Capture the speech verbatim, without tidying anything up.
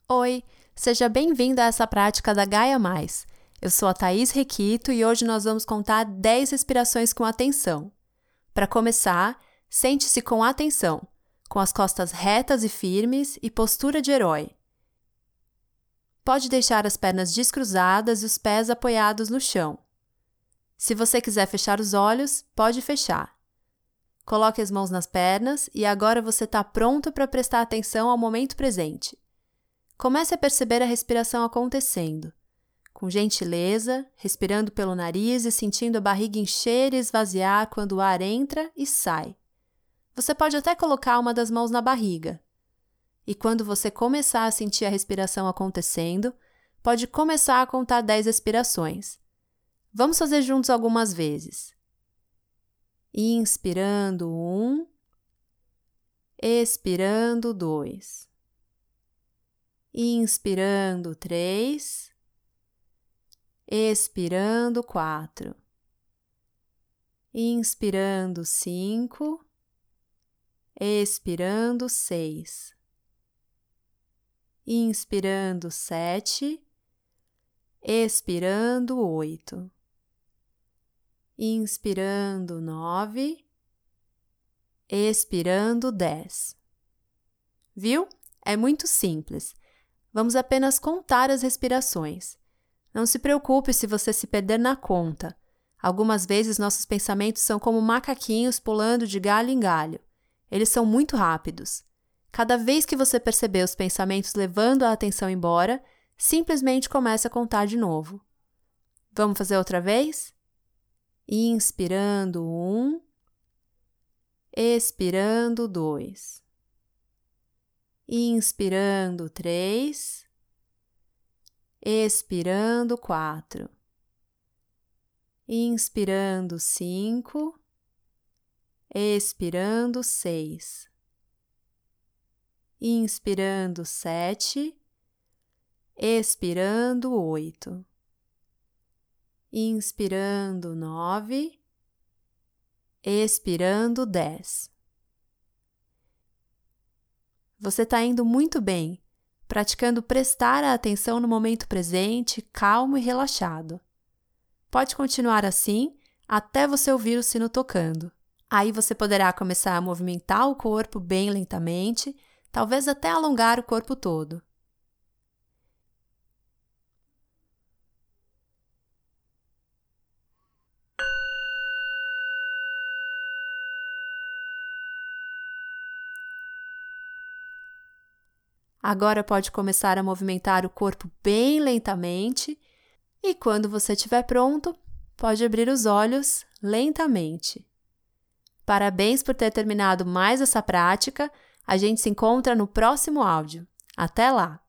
Oi, seja bem-vindo a essa prática da Gaia Mais. Eu sou a Thaís Requito e hoje nós vamos contar dez respirações com atenção. Para começar, sente-se com atenção, com as costas retas e firmes e postura de herói. Pode deixar as pernas descruzadas e os pés apoiados no chão. Se você quiser fechar os olhos, pode fechar. Coloque as mãos nas pernas e agora você está pronto para prestar atenção ao momento presente. Comece a perceber a respiração acontecendo. Com gentileza, respirando pelo nariz e sentindo a barriga encher e esvaziar quando o ar entra e sai. Você pode até colocar uma das mãos na barriga. E quando você começar a sentir a respiração acontecendo, pode começar a contar dez respirações. Vamos fazer juntos algumas vezes. Inspirando um, expirando dois. Inspirando três, expirando quatro, inspirando cinco, expirando seis, inspirando sete, expirando oito, inspirando nove, expirando dez. Viu? É muito simples. Vamos apenas contar as respirações. Não se preocupe se você se perder na conta. Algumas vezes nossos pensamentos são como macaquinhos pulando de galho em galho. Eles são muito rápidos. Cada vez que você perceber os pensamentos levando a atenção embora, simplesmente comece a contar de novo. Vamos fazer outra vez? Inspirando um, expirando dois. Inspirando três, expirando quatro, inspirando cinco, expirando seis, inspirando sete, expirando oito, inspirando nove, expirando dez. Você está indo muito bem, praticando prestar a atenção no momento presente, calmo e relaxado. Pode continuar assim até você ouvir o sino tocando. Aí você poderá começar a movimentar o corpo bem lentamente, talvez até alongar o corpo todo. Agora pode começar a movimentar o corpo bem lentamente e quando você estiver pronto, pode abrir os olhos lentamente. Parabéns por ter terminado mais essa prática. A gente se encontra no próximo áudio. Até lá!